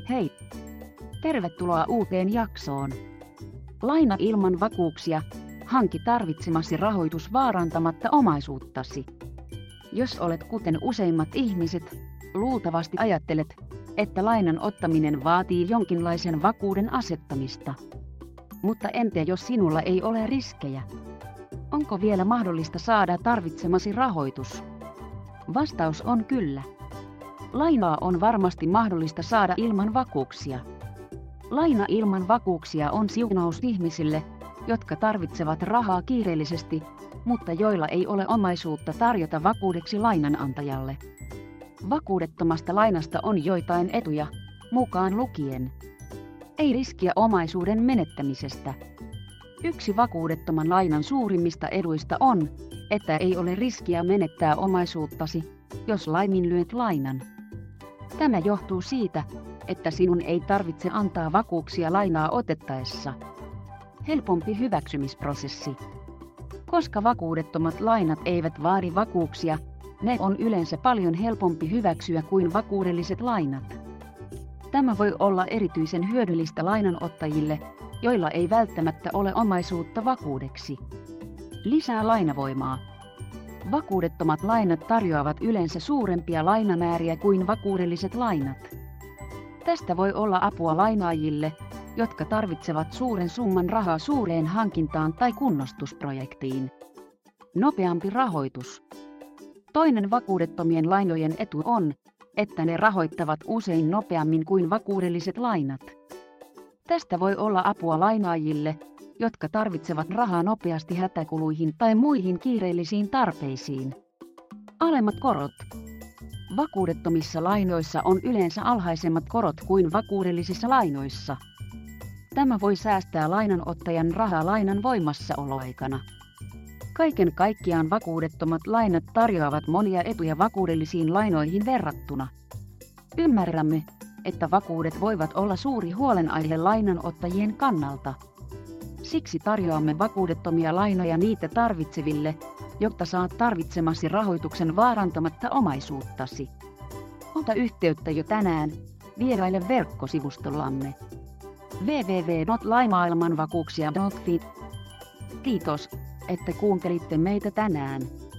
Hei! Tervetuloa uuteen jaksoon. Laina ilman vakuuksia. Hanki tarvitsemasi rahoitus vaarantamatta omaisuuttasi. Jos olet kuten useimmat ihmiset, luultavasti ajattelet, että lainan ottaminen vaatii jonkinlaisen vakuuden asettamista. Mutta entä jos sinulla ei ole riskejä? Onko vielä mahdollista saada tarvitsemasi rahoitus? Vastaus on kyllä. Lainaa on varmasti mahdollista saada ilman vakuuksia. Laina ilman vakuuksia on siunaus ihmisille, jotka tarvitsevat rahaa kiireellisesti, mutta joilla ei ole omaisuutta tarjota vakuudeksi lainanantajalle. Vakuudettomasta lainasta on joitain etuja, mukaan lukien: ei riskiä omaisuuden menettämisestä. Yksi vakuudettoman lainan suurimmista eduista on, että ei ole riskiä menettää omaisuuttasi, jos laiminlyöt lainan. Tämä johtuu siitä, että sinun ei tarvitse antaa vakuuksia lainaa otettaessa. Helpompi hyväksymisprosessi. Koska vakuudettomat lainat eivät vaadi vakuuksia, ne on yleensä paljon helpompi hyväksyä kuin vakuudelliset lainat. Tämä voi olla erityisen hyödyllistä lainanottajille, joilla ei välttämättä ole omaisuutta vakuudeksi. Lisää lainavoimaa. Vakuudettomat lainat tarjoavat yleensä suurempia lainamääriä kuin vakuudelliset lainat. Tästä voi olla apua lainaajille, jotka tarvitsevat suuren summan rahaa suureen hankintaan tai kunnostusprojektiin. Nopeampi rahoitus. Toinen vakuudettomien lainojen etu on, että ne rahoittavat usein nopeammin kuin vakuudelliset lainat. Tästä voi olla apua lainaajille, jotka tarvitsevat rahaa nopeasti hätäkuluihin tai muihin kiireellisiin tarpeisiin. Alemmat korot. Vakuudettomissa lainoissa on yleensä alhaisemmat korot kuin vakuudellisissa lainoissa. Tämä voi säästää lainanottajan rahaa lainan voimassaoloaikana. Kaiken kaikkiaan vakuudettomat lainat tarjoavat monia etuja vakuudellisiin lainoihin verrattuna. Ymmärrämme, että vakuudet voivat olla suuri huolenaihe lainanottajien kannalta. Siksi tarjoamme vakuudettomia lainoja niitä tarvitseville, jotta saat tarvitsemasi rahoituksen vaarantamatta omaisuuttasi. Ota yhteyttä jo tänään, vieraile verkkosivustollamme www.laimaailmanvakuuksia.fi. Kiitos, että kuuntelitte meitä tänään.